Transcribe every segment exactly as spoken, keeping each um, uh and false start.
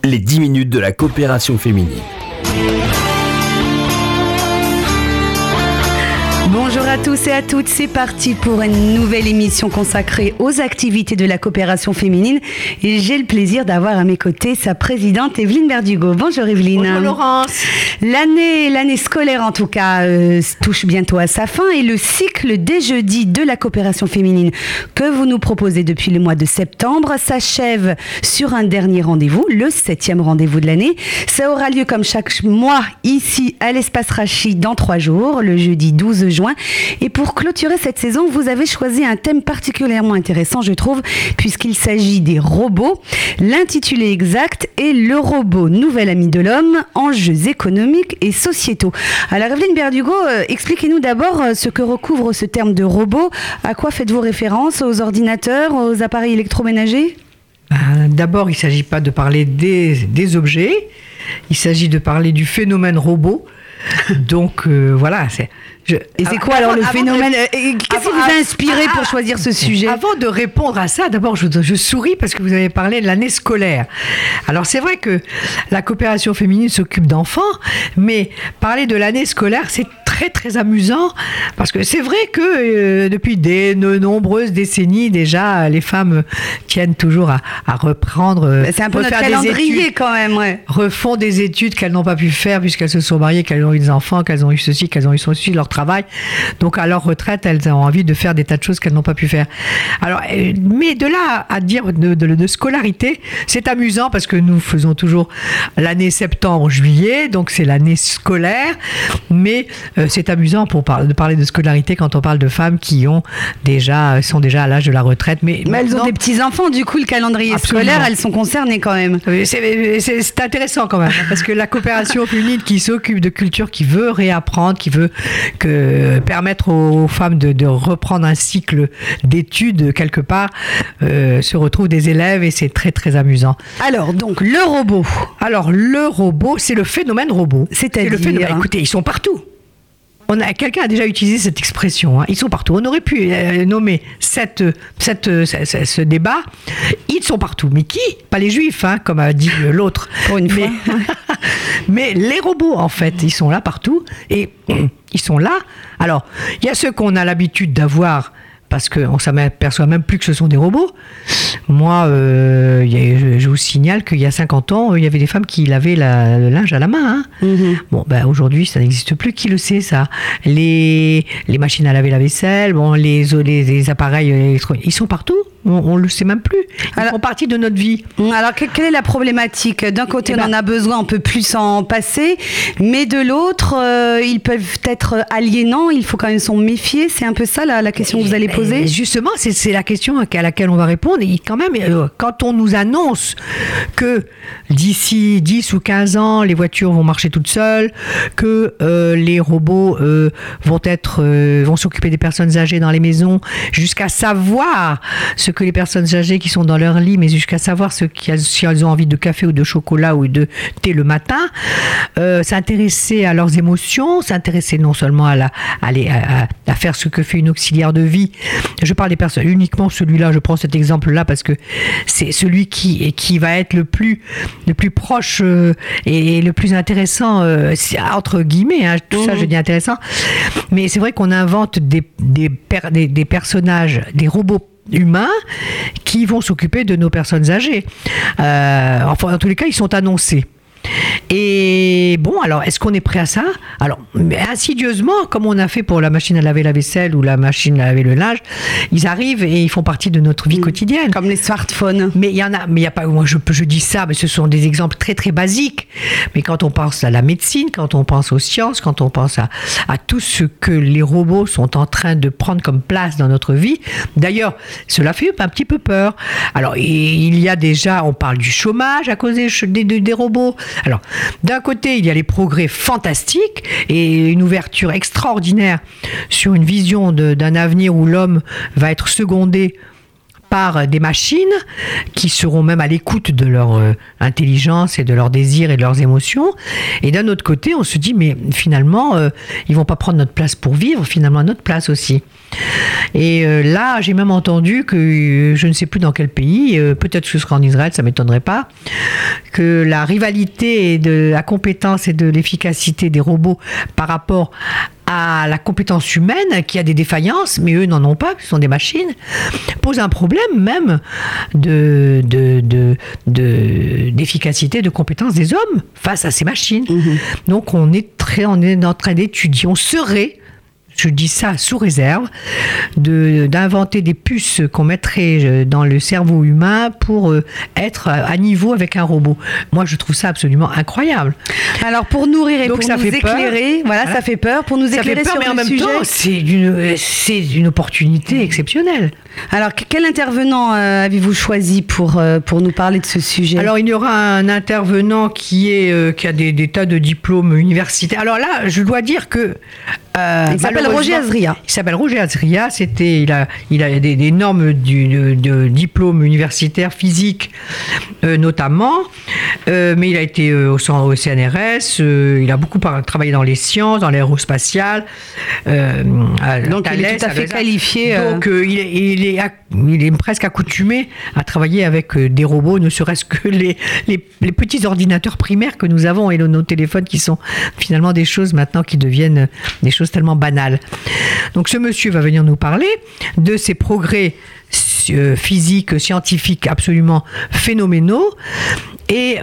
les dix minutes de la coopération féminine. Bonjour à tous et à toutes, c'est parti pour une nouvelle émission consacrée aux activités de la coopération féminine et j'ai le plaisir d'avoir à mes côtés sa présidente Evelyne Berdugo. Bonjour Evelyne. Bonjour Laurence. L'année, l'année scolaire en tout cas euh, touche bientôt à sa fin et le cycle des jeudis de la coopération féminine que vous nous proposez depuis le mois de septembre s'achève sur un dernier rendez-vous, le septième rendez-vous de l'année. Ça aura lieu comme chaque mois ici à l'espace Rachid dans trois jours, le jeudi douze juin. Et pour clôturer cette saison, vous avez choisi un thème particulièrement intéressant, je trouve, puisqu'il s'agit des robots. L'intitulé exact est « Le robot, nouvel ami de l'homme, enjeux économiques et sociétaux ». Alors Evelyne Berdugo, euh, expliquez-nous d'abord ce que recouvre ce terme de robot. À quoi faites-vous référence? Aux ordinateurs, aux appareils électroménagers? Ben, d'abord, il ne s'agit pas de parler des, des objets, il s'agit de parler du phénomène robot. Donc euh, voilà, c'est... Je, et c'est quoi alors le phénomène de... Qu'est-ce qui vous a inspiré pour choisir ce sujet? Avant de répondre à ça, d'abord je, je souris parce que vous avez parlé de l'année scolaire. Alors c'est vrai que la coopération féminine s'occupe d'enfants, mais parler de l'année scolaire, c'est très très amusant parce que c'est vrai que euh, depuis des, de nombreuses décennies déjà, les femmes tiennent toujours à, à reprendre. Euh, c'est un peu notre calendrier études, quand même, ouais. Refont des études qu'elles n'ont pas pu faire puisqu'elles se sont mariées, qu'elles ont eu des enfants, qu'elles ont eu ceci, qu'elles ont eu ceci, leur travail. Donc à leur retraite, elles ont envie de faire des tas de choses qu'elles n'ont pas pu faire. Alors, mais de là à dire de, de, de scolarité, c'est amusant parce que nous faisons toujours l'année septembre-juillet, donc c'est l'année scolaire, mais euh, c'est amusant pour par, de parler de scolarité quand on parle de femmes qui ont déjà, sont déjà à l'âge de la retraite. Mais, mais elles ont des petits-enfants, du coup le calendrier absolument. Scolaire, elles sont concernées quand même. C'est, c'est, c'est intéressant quand même, parce que la coopération féminine qui s'occupe de culture, qui veut réapprendre, qui veut que permettre aux femmes de, de reprendre un cycle d'études quelque part, euh, se retrouvent des élèves et c'est très très amusant. Alors donc le robot. Alors le robot, c'est le phénomène robot. C'est-à-dire, c'est le phénomène. Écoutez, ils sont partout. On a, quelqu'un a déjà utilisé cette expression, hein. Ils sont partout. On aurait pu euh, nommer cette, cette, ce, ce, ce débat. Ils sont partout. Mais qui? Pas les juifs, hein, comme a dit l'autre. Pour une mais, fois. mais les robots, en fait, ils sont là partout. Et ils sont là. Alors, il y a ceux qu'on a l'habitude d'avoir parce qu'on ne s'aperçoit même plus que ce sont des robots. Moi, euh, y a, je, je vous signale qu'il y a cinquante ans, il y avait des femmes qui lavaient la, le linge à la main. Hein. Mm-hmm. Bon, ben, aujourd'hui, ça n'existe plus. Qui le sait, ça? Les, les machines à laver la vaisselle, bon, les, les, les appareils électroniques, ils sont partout. On ne le sait même plus. Ils alors, font partie de notre vie. Alors, quelle est la problématique? D'un côté, eh ben, on en a besoin, on ne peut plus s'en passer. Mais de l'autre, euh, ils peuvent être aliénants. Il faut quand même s'en méfier. C'est un peu ça, la, la question que vous allez poser? Justement, c'est, c'est la question à laquelle on va répondre. Et quand même, euh, quand on nous annonce que d'ici dix ou quinze ans, les voitures vont marcher toutes seules, que euh, les robots euh, vont, être, euh, vont s'occuper des personnes âgées dans les maisons, jusqu'à savoir ce que les personnes âgées qui sont dans leur lit, mais jusqu'à savoir ce si elles ont envie de café ou de chocolat ou de thé le matin, euh, s'intéresser à leurs émotions, s'intéresser non seulement à, la, à, les, à, à faire ce que fait une auxiliaire de vie. Je parle des personnes, uniquement celui-là, je prends cet exemple-là parce que c'est celui qui, qui va être le plus, le plus proche euh, et le plus intéressant, euh, entre guillemets, hein, tout mmh. ça je dis intéressant, mais c'est vrai qu'on invente des, des, per, des, des personnages, des robots humains qui vont s'occuper de nos personnes âgées. Euh, enfin, dans tous les cas, ils sont annoncés. Et bon, alors, est-ce qu'on est prêt à ça? Alors, insidieusement, comme on a fait pour la machine à laver la vaisselle ou la machine à laver le linge, ils arrivent et ils font partie de notre vie mmh. quotidienne. Comme les smartphones. Mais il y en a, mais il y a pas, moi je, je dis ça, mais ce sont des exemples très très basiques. Mais quand on pense à la médecine, quand on pense aux sciences, quand on pense à, à tout ce que les robots sont en train de prendre comme place dans notre vie, d'ailleurs, cela fait un petit peu peur. Alors, il y a déjà, on parle du chômage à cause des, des, des robots. Alors, d'un côté, il y a les progrès fantastiques et une ouverture extraordinaire sur une vision de, d'un avenir où l'homme va être secondé par des machines qui seront même à l'écoute de leur euh, intelligence et de leurs désirs et de leurs émotions. Et d'un autre côté, on se dit, mais finalement, euh, ils vont pas prendre notre place pour vivre, finalement à notre place aussi. Et euh, là, j'ai même entendu que, euh, je ne sais plus dans quel pays, euh, peut-être que ce sera en Israël, ça ne m'étonnerait pas, que la rivalité de la compétence et de l'efficacité des robots par rapport à la compétence humaine, qui a des défaillances, mais eux n'en ont pas, ce sont des machines, pose un problème même de, de, de, de, d'efficacité, de compétence des hommes face à ces machines. Mmh. Donc on est, très, on est en train d'étudier, on serait, je dis ça sous réserve, de, d'inventer des puces qu'on mettrait dans le cerveau humain pour être à niveau avec un robot. Moi, je trouve ça absolument incroyable. Alors, pour nourrir et Donc, pour ça nous fait éclairer, peur. voilà, Hein? ça fait peur. Pour nous ça éclairer fait peur, sur mais en le même sujet. temps, c'est une, c'est une opportunité exceptionnelle. Alors, quel intervenant euh, avez-vous choisi pour, euh, pour nous parler de ce sujet? Alors, il y aura un intervenant qui, est, euh, qui a des, des tas de diplômes universitaires. Alors là, je dois dire que... Euh, il s'appelle Roger Azria. Il s'appelle Roger Azria. C'était, il a, il a des, des normes du, de, de diplômes universitaires physiques, euh, notamment. Euh, mais il a été euh, au, au C N R S. Euh, il a beaucoup par, travaillé dans les sciences, dans l'aérospatiale. Euh, à, Donc, à il est tout à fait qualifié. Euh... Donc, euh, il, est, il, est, il est presque accoutumé à travailler avec euh, des robots, ne serait-ce que les, les, les petits ordinateurs primaires que nous avons et nos, nos téléphones qui sont finalement des choses maintenant qui deviennent des choses tellement banales. Donc ce monsieur va venir nous parler de ces progrès euh, physiques, scientifiques absolument phénoménaux. Et,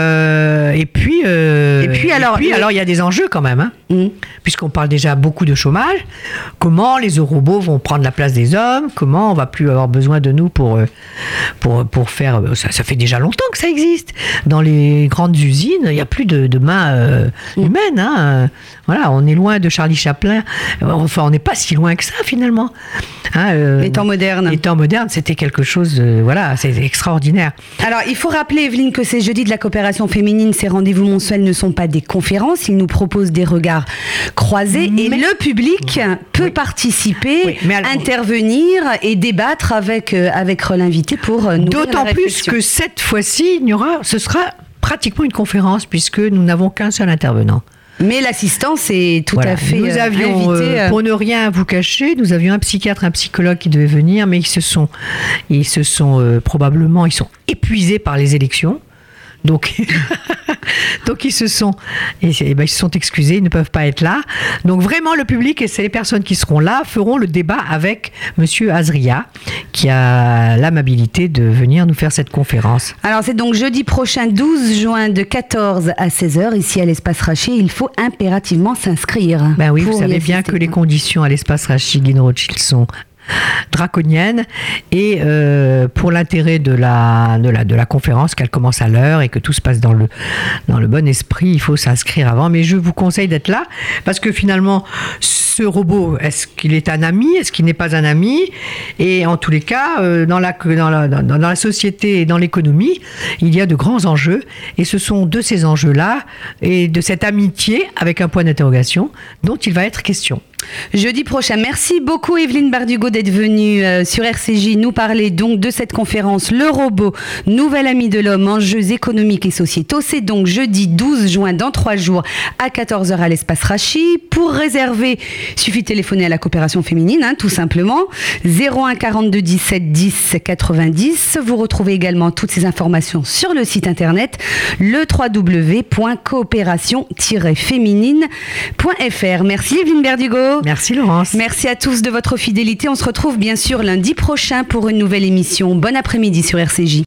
euh, et puis, euh, et puis alors, et puis, alors il y a des enjeux quand même, hein, mmh. puisqu'on parle déjà beaucoup de chômage. Comment les robots vont prendre la place des hommes? Comment on va plus avoir besoin de nous pour pour pour faire ça? Ça fait déjà longtemps que ça existe. Dans les grandes usines, il y a plus de, de mains euh, mmh. humaines. Hein. Voilà, on est loin de Charlie Chaplin. Enfin, on n'est pas si loin que ça finalement. Hein, euh, les temps modernes. Les temps modernes, c'était quelque chose. Euh, voilà, c'est extraordinaire. Alors, il faut rappeler, Evelyne, que ces jeudis de la coopération féminine, ces rendez-vous mensuels ne sont pas des conférences. Ils nous proposent des regards croisés mais... et le public oui. peut oui. participer, oui. mais alors... intervenir et débattre avec euh, avec l'invité pour euh, nourrir D'autant la réflexion. plus que cette fois-ci, il y aura, ce sera pratiquement une conférence puisque nous n'avons qu'un seul intervenant. Mais l'assistance est tout voilà. à fait nous avions, invitée. Euh, pour ne rien vous cacher, nous avions un psychiatre, un psychologue qui devaient venir, mais ils se sont, ils se sont euh, probablement, ils sont épuisés par les élections. Donc, donc ils se sont, et, et ben, ils se sont excusés, ils ne peuvent pas être là. Donc vraiment, le public et c'est les personnes qui seront là feront le débat avec Monsieur Azria, qui a l'amabilité de venir nous faire cette conférence. Alors c'est donc jeudi prochain, douze juin, de quatorze à seize heures, ici à l'Espace Raché. Il faut impérativement s'inscrire. Ben oui, vous savez bien que les conditions à l'Espace Raché Guine Rothschild sont draconienne et euh, pour l'intérêt de la, de, la, de la conférence qu'elle commence à l'heure et que tout se passe dans le, dans le bon esprit, il faut s'inscrire avant, mais je vous conseille d'être là parce que finalement ce robot, est-ce qu'il est un ami, est-ce qu'il n'est pas un ami, et en tous les cas euh, dans, la, dans, la, dans, dans la société et dans l'économie il y a de grands enjeux et ce sont de ces enjeux-là et de cette amitié avec un point d'interrogation dont il va être question. Jeudi prochain. Merci beaucoup Evelyne Bardugo d'être venue euh, sur R C J nous parler donc de cette conférence Le robot, nouvel ami de l'homme, enjeux économiques et sociétaux. C'est donc jeudi douze juin dans trois jours à quatorze heures à l'Espace Rachi. Pour réserver, il suffit de téléphoner à la coopération féminine, hein, tout simplement. zéro un quarante-deux dix-sept dix quatre-vingt-dix. Vous retrouvez également toutes ces informations sur le site internet le w w w point coopération tiret féminine point f r. Merci Evelyne Bardugo. Merci Laurence. Merci à tous de votre fidélité. On se retrouve bien sûr lundi prochain pour une nouvelle émission. Bon après-midi sur R C J.